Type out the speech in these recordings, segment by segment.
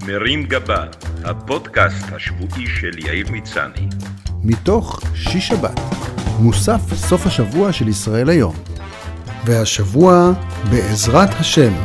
מרים גבה, הפודקאסט השבועי של יאיר מצני. מתוך שיש שבת, מוסף סוף השבוע של ישראל היום. והשבוע בעזרת השם.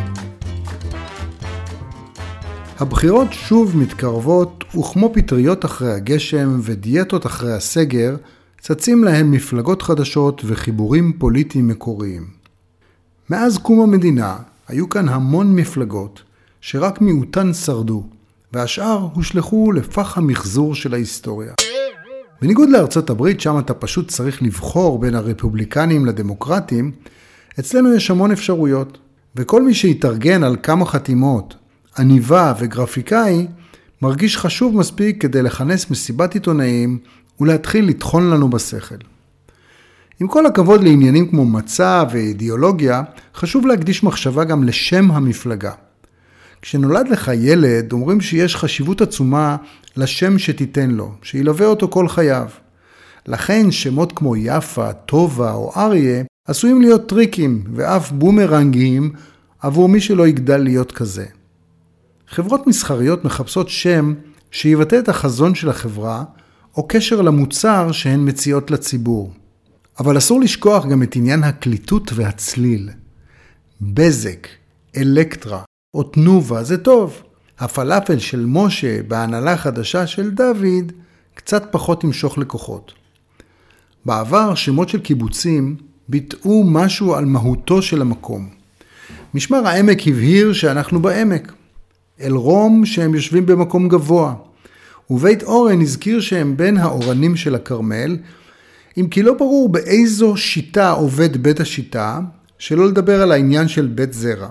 הבחירות שוב מתקרבות, וכמו פטריות אחרי הגשם ודיאטות אחרי הסגר, צצים להם מפלגות חדשות וחיבורים פוליטיים מקוריים. מאז קום המדינה היו כאן המון מפלגות שרק מיעוטן שרדו, והשאר הושלחו לפח המחזור של ההיסטוריה. בניגוד לארצות הברית, שם אתה פשוט צריך לבחור בין הרפובליקנים לדמוקרטים, אצלנו יש המון אפשרויות, וכל מי שיתארגן על כמה חתימות, עניבה וגרפיקאי, מרגיש חשוב מספיק כדי לכנס מסיבת עיתונאים ולהתחיל לטחון לנו בשכל. עם כל הכבוד לעניינים כמו מצע ואידיאולוגיה, חשוב להקדיש מחשבה גם לשם המפלגה. כשנולד לך ילד, אומרים שיש חשיבות עצומה לשם שתיתן לו, שילווה אותו כל חייו. לכן שמות כמו יפה, טובה או אריה עשויים להיות טריקים ואף בומרנגיים עבור מי שלא יגדל להיות כזה. חברות מסחריות מחפשות שם שיבטא את החזון של החברה או קשר למוצר שהן מציעות לציבור. אבל אסור לשכוח גם את עניין הקליטות והצליל. בזק, אלקטרה או תנובה זה טוב. הפלאפל של משה בהנהלה חדשה של דוד קצת פחות ימשוך לקוחות. בעבר שמות של קיבוצים ביטאו משהו על מהותו של המקום. משמר העמק הבהיר שאנחנו בעמק. אלרום שהם יושבים במקום גבוה. ובית אורן הזכיר שהם בין האורנים של הכרמל, אם כי לא ברור באיזו שיטה עובד בית השיטה, שלא לדבר על העניין של בית זרע.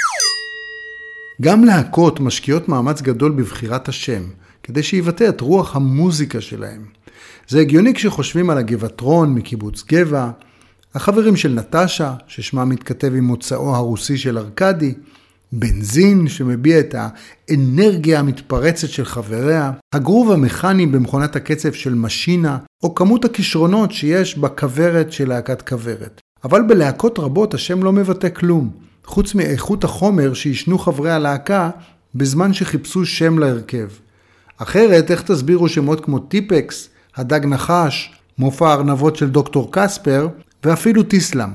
גם להקות משקיעות מאמץ גדול בבחירת השם, כדי שיבטא את רוח המוזיקה שלהם. זה הגיוני כשחושבים על הגבעתרון מקיבוץ גבע, החברים של נטשה, ששמה מתכתב עם מוצאו הרוסי של ארקדי, בנזין שמביע את האנרגיה המתפרצת של חבריה, הגרוב המכני במכונת הקצב של משינה, או כמות הכישרונות שיש בכוורת של להקת כוורת. אבל בלהקות רבות השם לא מבטא כלום, חוץ מאיכות החומר שישנו חברי הלהקה בזמן שחיפשו שם להרכב. אחרת, איך תסבירו שמות כמו טיפקס, הדג נחש, מופע הארנבות של דוקטור קספר, ואפילו טיסלם.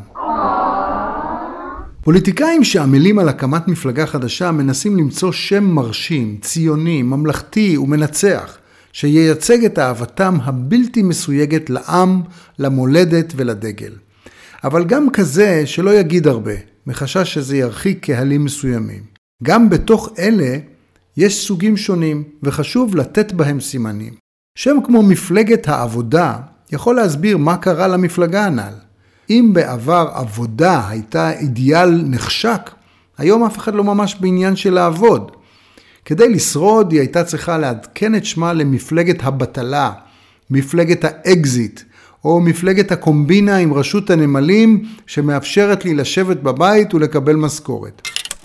פוליטיקאים שעמלים על הקמת מפלגה חדשה מנסים למצוא שם מרשים, ציוני, ממלכתי ומנצח, שייצג את אהבתם הבלתי מסויגת לעם, למולדת ולדגל. אבל גם כזה שלא יגיד הרבה, מחשש שזה ירחיק קהלים מסוימים. גם בתוך אלה יש סוגים שונים, וחשוב לתת בהם סימנים. שם כמו מפלגת העבודה יכול להסביר מה קרה למפלגה הנ"ל. אם בעבר עבודה הייתה אידיאל נחשק, היום אף אחד לא ממש בעניין של לעבוד. כדי לשרוד היא הייתה צריכה לעדכן את שמה למפלגת הבטלה, מפלגת האקזיט, או מפלגת הקומבינה עם רשות הנמלים שמאפשרת לי לשבת בבית ולקבל משכורת.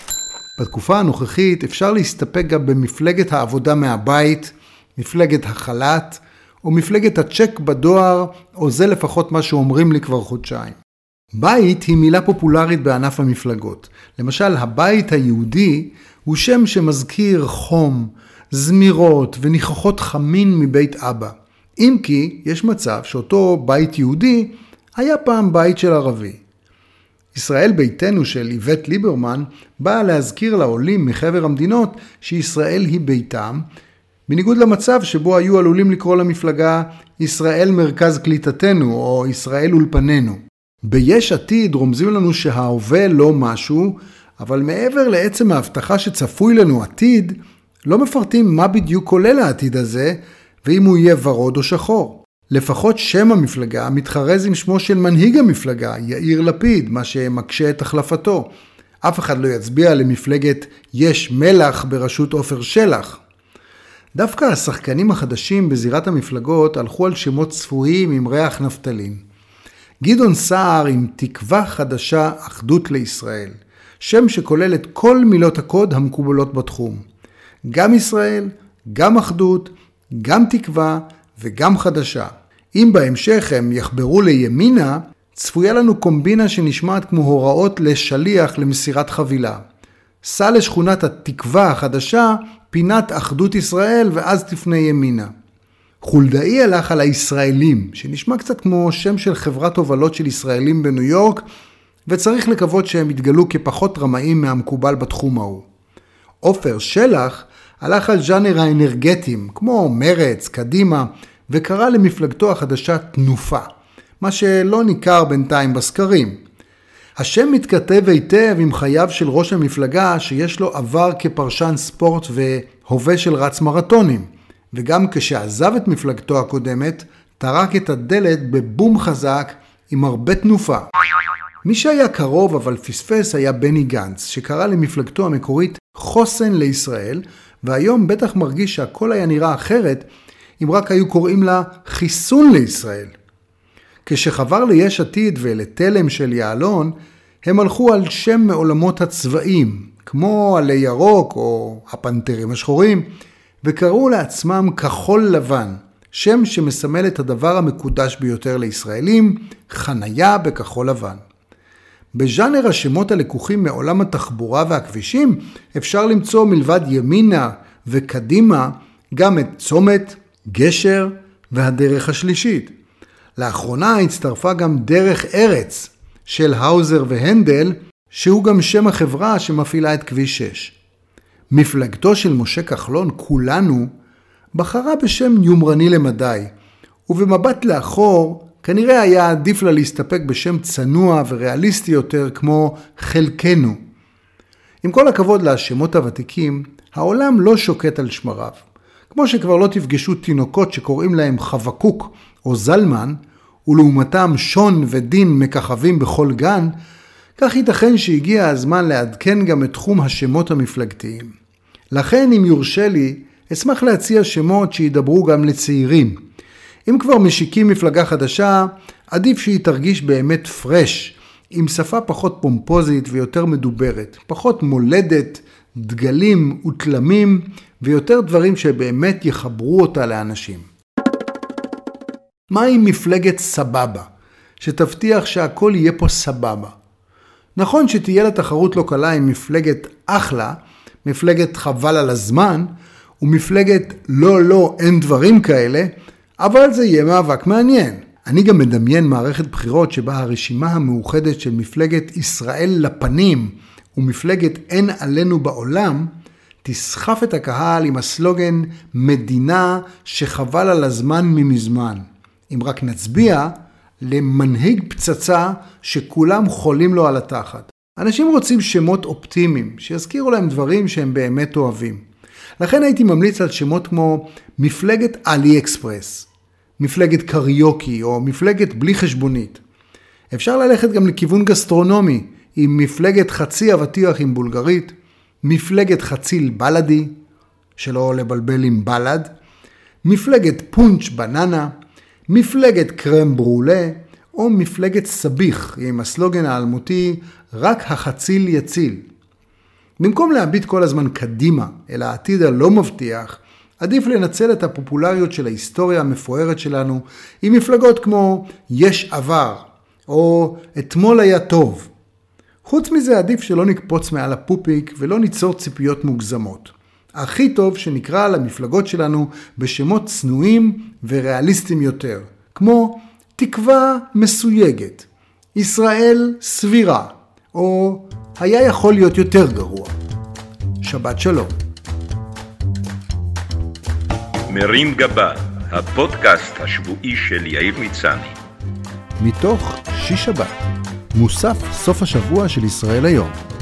בתקופה הנוכחית אפשר להסתפק גם במפלגת העבודה מהבית, מפלגת החל"ת, או מפלגת הצ'ק בדואר, או זה לפחות מה שאומרים לי כבר חודשיים. בית היא מילה פופולרית בענף המפלגות. למשל, הבית היהודי הוא שם שמזכיר חום, זמירות וניחוחות חמין מבית אבא. אם כי יש מצב שאותו בית יהודי היה פעם בית של ערבי. ישראל ביתנו של איווט ליברמן באה להזכיר לעולים מחבר המדינות שישראל היא ביתם, בניגוד למצב שבו היו עלולים לקרוא למפלגה ישראל מרכז קליטתנו או ישראל אולפננו. ביש עתיד רומזים לנו שההווה לא משהו, אבל מעבר לעצם ההבטחה שצפוי לנו עתיד, לא מפרטים מה בדיוק כולל העתיד הזה, ואם הוא יהיה ורוד או שחור. לפחות שם המפלגה מתחרז עם שמו של מנהיג המפלגה, יאיר לפיד, מה שמקשה את החלפתו. אף אחד לא יצביע למפלגת יש מלח בראשות עופר שלח. דווקא השחקנים החדשים בזירת המפלגות הלכו על שמות צפויים עם ריח נפתלין. גדעון סער עם תקווה חדשה אחדות לישראל, שם שכולל את כל מילות הקוד המקובלות בתחום. גם ישראל, גם אחדות, גם תקווה וגם חדשה. אם בהמשך הם יחברו לימינה, צפויה לנו קומבינה שנשמעת כמו הוראות לשליח למסירת חבילה. סע לשכונת התקווה החדשה פינת אחדות ישראל ואז תפנה ימינה. חולדאי הלך על הישראלים, שנשמע קצת כמו שם של חברת הובלות של ישראלים בניו יורק, וצריך לקוות שהם יתגלו כפחות רמאים מהמקובל בתחום ההוא. עופר שלח הלך על ז'אנר האנרגטים, כמו מרץ, קדימה, וקרא למפלגתו החדשה תנופה, מה שלא ניכר בינתיים בסקרים. השם מתכתב היטב עם חייו של ראש המפלגה שיש לו עבר כפרשן ספורט והווה של רץ מרתונים, וגם כשעזב את מפלגתו הקודמת, טרק את הדלת בבום חזק עם הרבה תנופה. מי שהיה קרוב אבל פספס היה בני גנץ, שקרא למפלגתו המקורית חוסן לישראל, והיום בטח מרגיש שהכל היה נראה אחרת, אם רק היו קוראים לה חיסון לישראל. כשחבר ליש עתיד ולתלם של יעלון, הם הלכו על שם מעולמות הצבעים, כמו עלי ירוק או הפנתרים השחורים, וקראו לעצמם כחול לבן, שם שמסמל את הדבר המקודש ביותר לישראלים, חנייה בכחול לבן. בז'אנר השמות הלקוחים מעולם התחבורה והכבישים, אפשר למצוא מלבד ימינה וקדימה גם את צומת, גשר והדרך השלישית. לאחרונה הצטרפה גם דרך ארץ של האוזר והנדל, שהוא גם שם החברה שמפעילה את כביש 6. מפלגתו של משה כחלון, כולנו, בחרה בשם יומרני למדי, ובמבט לאחור כנראה היה עדיף לה להסתפק בשם צנוע וריאליסטי יותר כמו חלקנו. עם כל הכבוד לשמות הוותיקים, העולם לא שוקט על שמריו. כמו שכבר לא תפגשו תינוקות שקוראים להם חבקוק או זלמן, ולעומתם שון ודין מככבים בכל גן, כך ייתכן שהגיע הזמן לעדכן גם את תחום השמות המפלגתיים. לכן, אם יורשה לי, אשמח להציע שמות שידברו גם לצעירים. אם כבר משיקים מפלגה חדשה, עדיף שהיא תרגיש באמת פרש, עם שפה פחות פומפוזית ויותר מדוברת, פחות מולדת, דגלים ותלמים, ויותר דברים שבאמת יחברו אותה לאנשים. מה עם מפלגת סבבה, שתבטיח שהכל יהיה פה סבבה? נכון שתהיה לה תחרות לא קלה עם מפלגת אחלה, מפלגת חבל על הזמן, ומפלגת לא אין דברים כאלה, אבל זה יהיה מאבק מעניין. אני גם מדמיין מערכת בחירות שבה הרשימה המאוחדת של מפלגת ישראל לפנים ומפלגת אין עלינו בעולם תסחף את הקהל עם הסלוגן מדינה שחבל על הזמן ממזמן. אם רק נצביע למנהיג פצצה שכולם חולים לו על התחת. אנשים רוצים שמות אופטימיים שיזכירו להם דברים שהם באמת אוהבים. לכן הייתי ממליץ על שמות כמו מפלגת אלי אקספרס, מפלגת קריוקי או מפלגת בלי חשבונית. אפשר ללכת גם לכיוון גסטרונומי עם מפלגת חצי אבטיח עם בולגרית, מפלגת חציל בלדי, שלא לבלבל עם בלד, מפלגת פונץ' בננה, מפלגת קרם ברולה, או מפלגת סביך עם הסלוגן האלמותי רק החציל יציל. במקום להביט כל הזמן קדימה אל העתיד הלא מבטיח, עדיף לנצל את הפופולריות של ההיסטוריה המפוארת שלנו עם מפלגות כמו יש עבר או אתמול היה טוב. חוץ מזה עדיף שלא נקפוץ מעל הפופיק ולא ניצור ציפיות מוגזמות. הכי טוב שנקרא למפלגות שלנו בשמות צנועים וריאליסטיים יותר, כמו תקווה מסויגת, ישראל סבירה, או היה יכול להיות יותר גרוע. שבת שלום. מרים גבה, הפודקאסט השבועי של יאיר מצני. מתוך שיש שבת, מוסף סוף השבוע של ישראל היום.